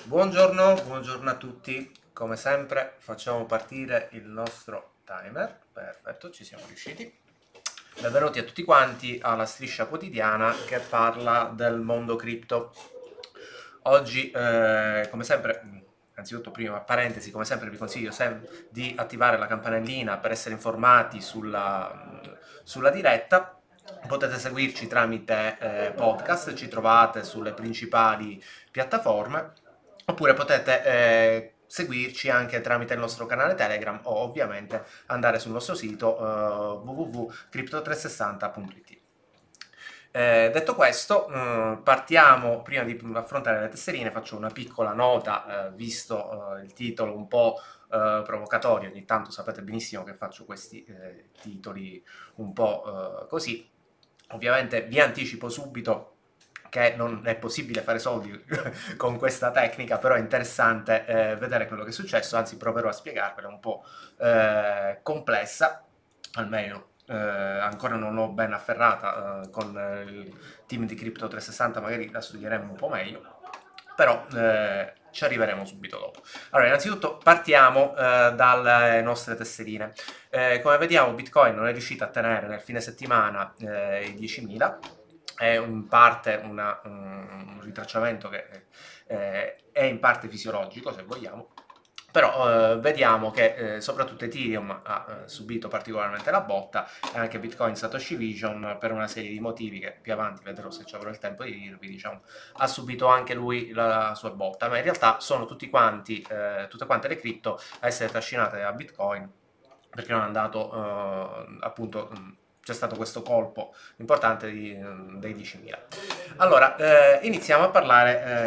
Buongiorno a tutti. Come sempre facciamo partire il nostro timer. Perfetto, ci siamo riusciti. Benvenuti a tutti quanti alla striscia quotidiana che parla del mondo cripto. Oggi, come sempre, anzitutto prima, parentesi, come sempre vi consiglio di attivare la campanellina per essere informati sulla diretta. Potete seguirci tramite podcast, ci trovate sulle principali piattaforme, oppure potete seguirci anche tramite il nostro canale Telegram o ovviamente andare sul nostro sito www.crypto360.it. Detto questo, partiamo. Prima di affrontare le tesserine faccio una piccola nota, visto il titolo un po' provocatorio. Ogni tanto sapete benissimo che faccio questi titoli un po' così. Ovviamente vi anticipo subito che non è possibile fare soldi con questa tecnica, però è interessante vedere quello che è successo, anzi proverò a spiegarvela, un po' complessa, almeno ancora non l'ho ben afferrata con il team di Crypto 360, magari la studieremo un po' meglio, però ci arriveremo subito dopo. Allora, innanzitutto partiamo dalle nostre tesserine. Come vediamo, Bitcoin non è riuscito a tenere nel fine settimana i 10.000, è in parte un ritracciamento che è in parte fisiologico, se vogliamo, però vediamo che soprattutto Ethereum ha subito particolarmente la botta, e anche Bitcoin Satoshi Vision, per una serie di motivi che più avanti vedrò se ci avrò il tempo di dirvi, diciamo, ha subito anche lui la sua botta, ma in realtà sono tutte quante le cripto a essere trascinate da Bitcoin, perché non è andato appunto, c'è stato questo colpo importante dei 10.000. Allora, iniziamo a parlare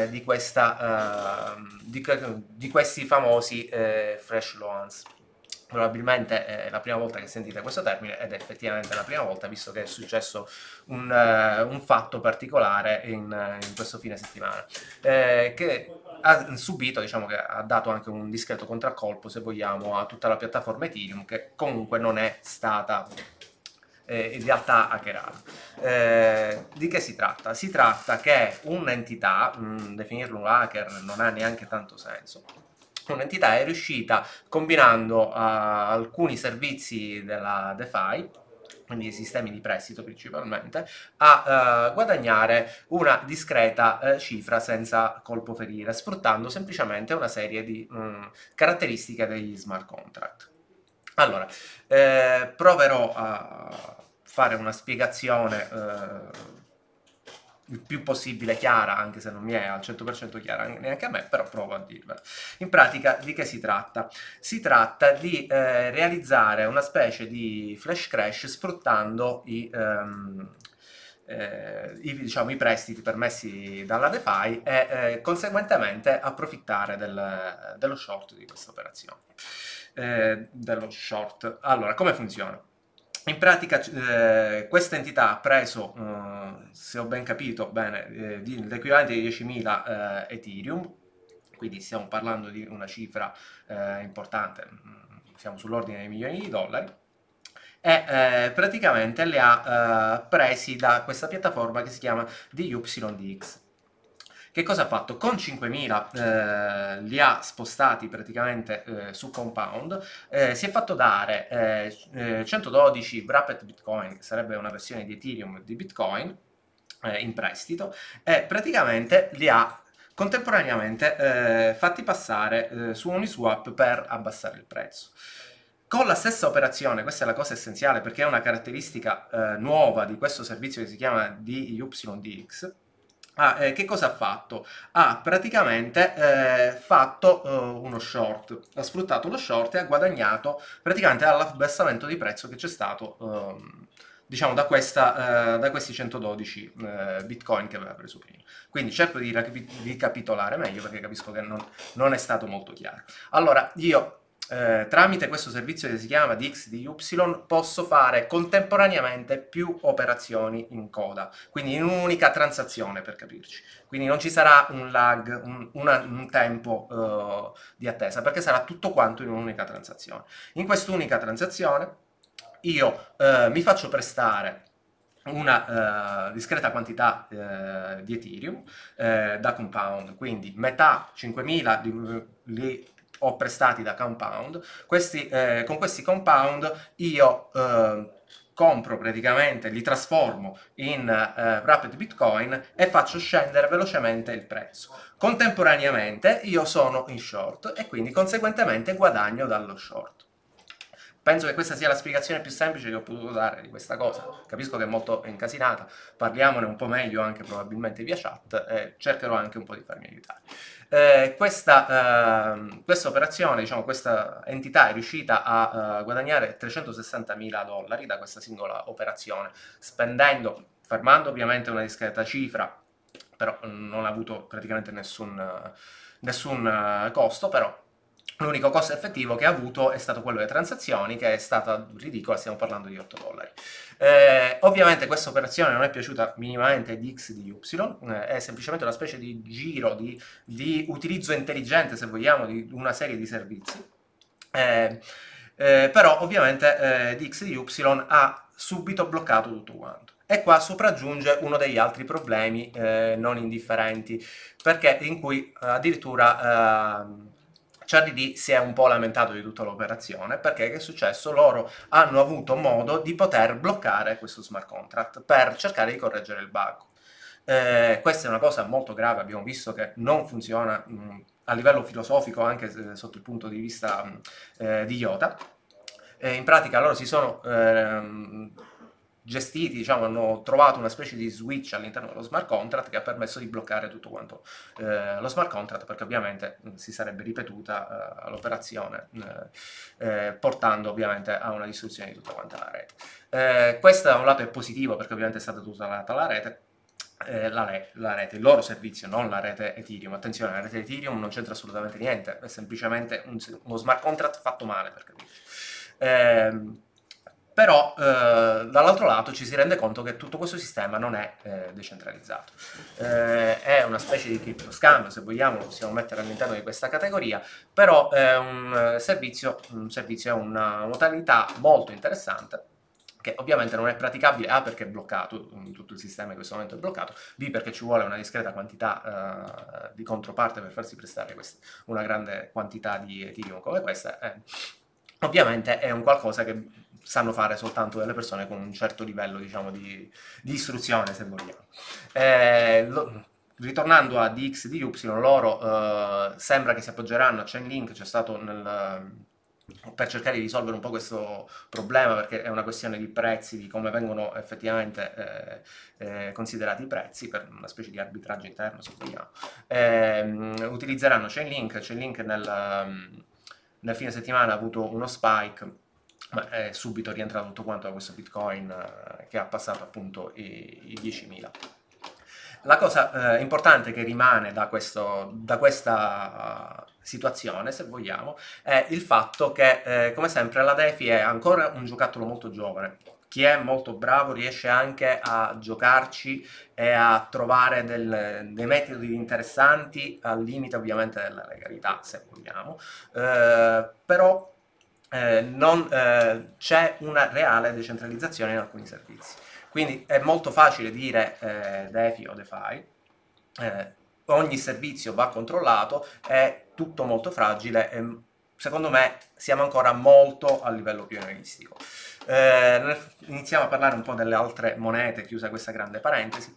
di questi famosi fresh loans. Probabilmente è la prima volta che sentite questo termine, ed è effettivamente la prima volta, visto che è successo un fatto particolare in questo fine settimana, che ha subito, diciamo, che ha dato anche un discreto contraccolpo, se vogliamo, a tutta la piattaforma Ethereum, che comunque non è stata in realtà hackerata. Di che si tratta? Si tratta che un'entità, definirlo un hacker non ha neanche tanto senso, un'entità è riuscita, combinando alcuni servizi della DeFi, quindi i sistemi di prestito principalmente, a guadagnare una discreta cifra senza colpo ferire, sfruttando semplicemente una serie di caratteristiche degli smart contract. Allora, proverò a fare una spiegazione il più possibile chiara, anche se non mi è al 100% chiara neanche a me, però provo a dirvela. In pratica di che si tratta? Si tratta di realizzare una specie di flash crash sfruttando diciamo, i prestiti permessi dalla DeFi e conseguentemente approfittare dello short di questa operazione. Dello short. Allora, come funziona? In pratica questa entità ha preso, se ho ben capito bene, l'equivalente di 10.000 Ethereum, quindi stiamo parlando di una cifra importante, siamo sull'ordine dei milioni di dollari, e praticamente li ha presi da questa piattaforma che si chiama DYDX. Che cosa ha fatto? Con 5.000 li ha spostati praticamente su Compound, si è fatto dare 112 Wrapped Bitcoin, che sarebbe una versione di Ethereum di Bitcoin, in prestito, e praticamente li ha contemporaneamente fatti passare su Uniswap per abbassare il prezzo. Con la stessa operazione, questa è la cosa essenziale perché è una caratteristica nuova di questo servizio che si chiama DYDX. Che cosa ha fatto? Ha praticamente fatto uno short, ha sfruttato lo short e ha guadagnato praticamente all'abbassamento di prezzo che c'è stato, diciamo, da questi 112 bitcoin che aveva preso prima. Quindi cerco di ricapitolare meglio perché capisco che non è stato molto chiaro. Allora, io tramite questo servizio che si chiama DXDY posso fare contemporaneamente più operazioni in coda, quindi in un'unica transazione, per capirci. Quindi non ci sarà un lag, un tempo di attesa, perché sarà tutto quanto in un'unica transazione. In quest'unica transazione io mi faccio prestare una discreta quantità di Ethereum da Compound, quindi metà 5.000 li ho prestati da Compound. Con questi Compound io compro praticamente, li trasformo in Wrapped Bitcoin e faccio scendere velocemente il prezzo. Contemporaneamente io sono in short e quindi conseguentemente guadagno dallo short. Penso che questa sia la spiegazione più semplice che ho potuto dare di questa cosa. Capisco che è molto incasinata, parliamone un po' meglio anche probabilmente via chat e cercherò anche un po' di farmi aiutare. Questa operazione, diciamo, questa entità è riuscita a guadagnare 360.000 dollari da questa singola operazione, fermando ovviamente una discreta cifra, però non ha avuto praticamente nessun costo, però l'unico costo effettivo che ha avuto è stato quello delle transazioni, che è stata ridicola, stiamo parlando di 8 dollari. Ovviamente questa operazione non è piaciuta minimamente di X di Y, è semplicemente una specie di giro, di utilizzo intelligente, se vogliamo, di una serie di servizi. Però ovviamente di X di Y ha subito bloccato tutto quanto. E qua sopraggiunge uno degli altri problemi non indifferenti, perché in cui addirittura Charlie D si è un po' lamentato di tutta l'operazione, perché che è successo? Loro hanno avuto modo di poter bloccare questo smart contract per cercare di correggere il bug. Questa è una cosa molto grave, abbiamo visto che non funziona a livello filosofico, anche sotto il punto di vista di IOTA. In pratica loro si sono gestiti, diciamo, hanno trovato una specie di switch all'interno dello smart contract che ha permesso di bloccare tutto quanto lo smart contract, perché ovviamente si sarebbe ripetuta l'operazione, portando ovviamente a una distruzione di tutta quanta la rete. Questo da un lato è positivo, perché ovviamente è stata tutelata la rete, il loro servizio, non la rete Ethereum. Attenzione, la rete Ethereum non c'entra assolutamente niente, è semplicemente uno smart contract fatto male, per capirci. Però dall'altro lato ci si rende conto che tutto questo sistema non è decentralizzato, è una specie di crypto scam, se vogliamo lo possiamo mettere all'interno di questa categoria, però è un servizio, è una modalità molto interessante, che ovviamente non è praticabile, A perché è bloccato, tutto il sistema in questo momento è bloccato, B perché ci vuole una discreta quantità di controparte per farsi prestare una grande quantità di Ethereum come questa. Ovviamente è un qualcosa che sanno fare soltanto delle persone con un certo livello, diciamo, di istruzione, se vogliamo. Ritornando a DX di Y, loro sembra che si appoggeranno a Chainlink, c'è stato per cercare di risolvere un po' questo problema, perché è una questione di prezzi, di come vengono effettivamente considerati i prezzi, per una specie di arbitraggio interno, se vogliamo. Utilizzeranno Chainlink nel fine settimana ha avuto uno spike, ma è subito rientrato tutto quanto da questo Bitcoin che ha passato appunto i 10.000. La cosa importante che rimane da questa situazione, se vogliamo, è il fatto che, come sempre, la DeFi è ancora un giocattolo molto giovane. Chi è molto bravo riesce anche a giocarci e a trovare dei metodi interessanti, al limite ovviamente della legalità, se vogliamo, però non c'è una reale decentralizzazione in alcuni servizi. Quindi è molto facile dire DeFi o DeFi, ogni servizio va controllato, è tutto molto fragile e secondo me siamo ancora molto a livello pionieristico. Iniziamo a parlare un po' delle altre monete, chiusa questa grande parentesi.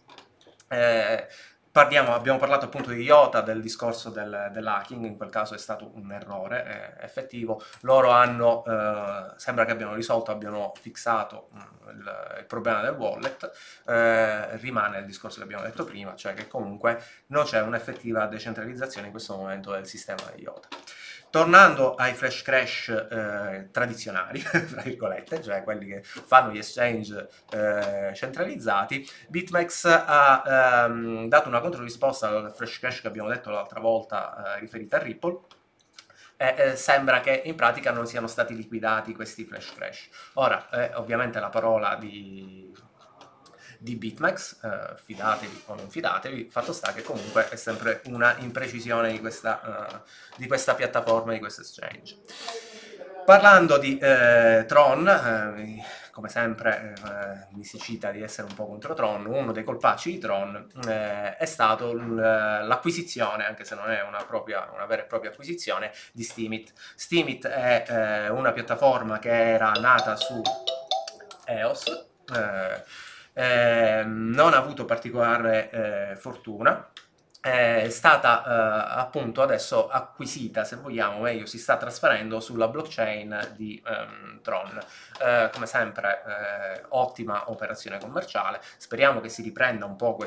Abbiamo parlato appunto di IOTA, del discorso dell'hacking, in quel caso è stato un errore effettivo. Loro sembra che abbiano fissato il problema del wallet. Rimane il discorso che abbiamo detto prima, cioè che comunque non c'è un'effettiva decentralizzazione in questo momento del sistema di IOTA. Tornando ai flash crash tradizionali, tra virgolette, cioè quelli che fanno gli exchange centralizzati, BitMEX ha dato una controrisposta al flash crash che abbiamo detto l'altra volta riferita a Ripple, e sembra che in pratica non siano stati liquidati questi flash crash. Ora, ovviamente la parola di BitMEX, fidatevi o non fidatevi, fatto sta che comunque è sempre una imprecisione di questa piattaforma, di questo exchange. Parlando di Tron, come sempre mi si cita di essere un po' contro Tron. Uno dei colpacci di Tron è stato l'acquisizione, anche se non è una vera e propria acquisizione, di Steemit. Steemit è una piattaforma che era nata su EOS, non ha avuto particolare fortuna. È stata appunto adesso acquisita, se vogliamo, meglio, si sta trasferendo sulla blockchain di Tron. Come sempre, ottima operazione commerciale. Speriamo che si riprenda un po'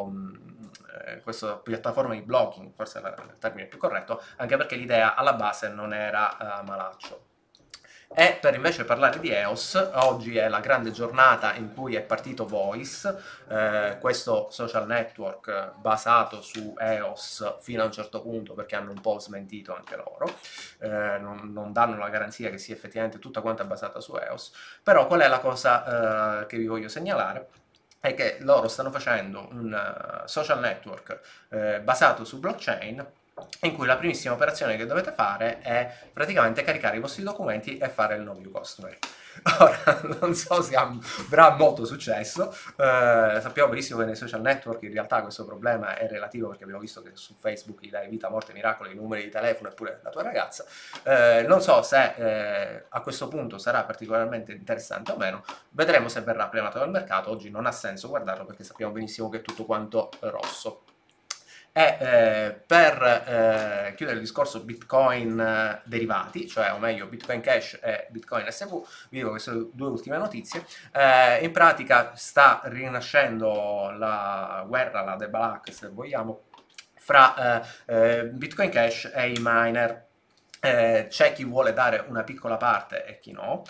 questa piattaforma di blocking, forse è il termine più corretto, anche perché l'idea alla base non era malaccio. E per invece parlare di EOS, oggi è la grande giornata in cui è partito Voice, questo social network basato su EOS fino a un certo punto, perché hanno un po' smentito anche loro, non danno la garanzia che sia effettivamente tutta quanta basata su EOS. Però qual è la cosa che vi voglio segnalare? È che loro stanno facendo un social network basato su blockchain, in cui la primissima operazione che dovete fare è praticamente caricare i vostri documenti e fare il Know Your Customer. Ora, non so se avrà molto successo, sappiamo benissimo che nei social network in realtà questo problema è relativo, perché abbiamo visto che su Facebook gli dai vita, morte, miracolo, i numeri di telefono e pure la tua ragazza. Non so se a questo punto sarà particolarmente interessante o meno, vedremo se verrà premiato dal mercato. Oggi non ha senso guardarlo perché sappiamo benissimo che è tutto quanto rosso. E per chiudere il discorso Bitcoin derivati, cioè o meglio Bitcoin Cash e Bitcoin SV, vi dico queste due ultime notizie. In pratica sta rinascendo la guerra, la deballak se vogliamo, fra Bitcoin Cash e i miner. C'è chi vuole dare una piccola parte e chi no.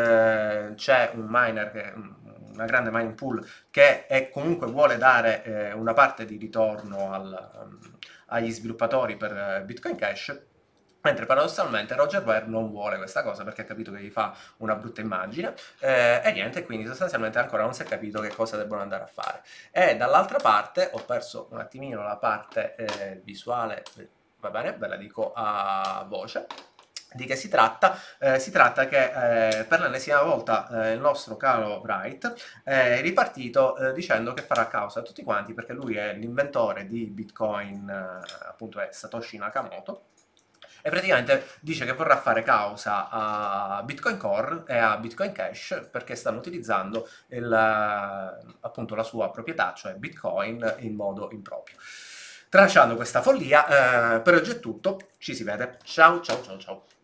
C'è un miner, una grande mining pool, che comunque vuole dare una parte di ritorno agli sviluppatori per Bitcoin Cash, mentre paradossalmente Roger Ver non vuole questa cosa perché ha capito che gli fa una brutta immagine, e niente, quindi sostanzialmente ancora non si è capito che cosa debbono andare a fare. E dall'altra parte ho perso un attimino la parte visuale, va bene, ve la dico a voce. Di che si tratta? Si tratta che per l'ennesima volta il nostro caro Wright è ripartito dicendo che farà causa a tutti quanti, perché lui è l'inventore di Bitcoin, appunto è Satoshi Nakamoto, e praticamente dice che vorrà fare causa a Bitcoin Core e a Bitcoin Cash perché stanno utilizzando appunto la sua proprietà, cioè Bitcoin, in modo improprio. Tralasciando questa follia, per oggi è tutto, ci si vede. Ciao ciao ciao ciao.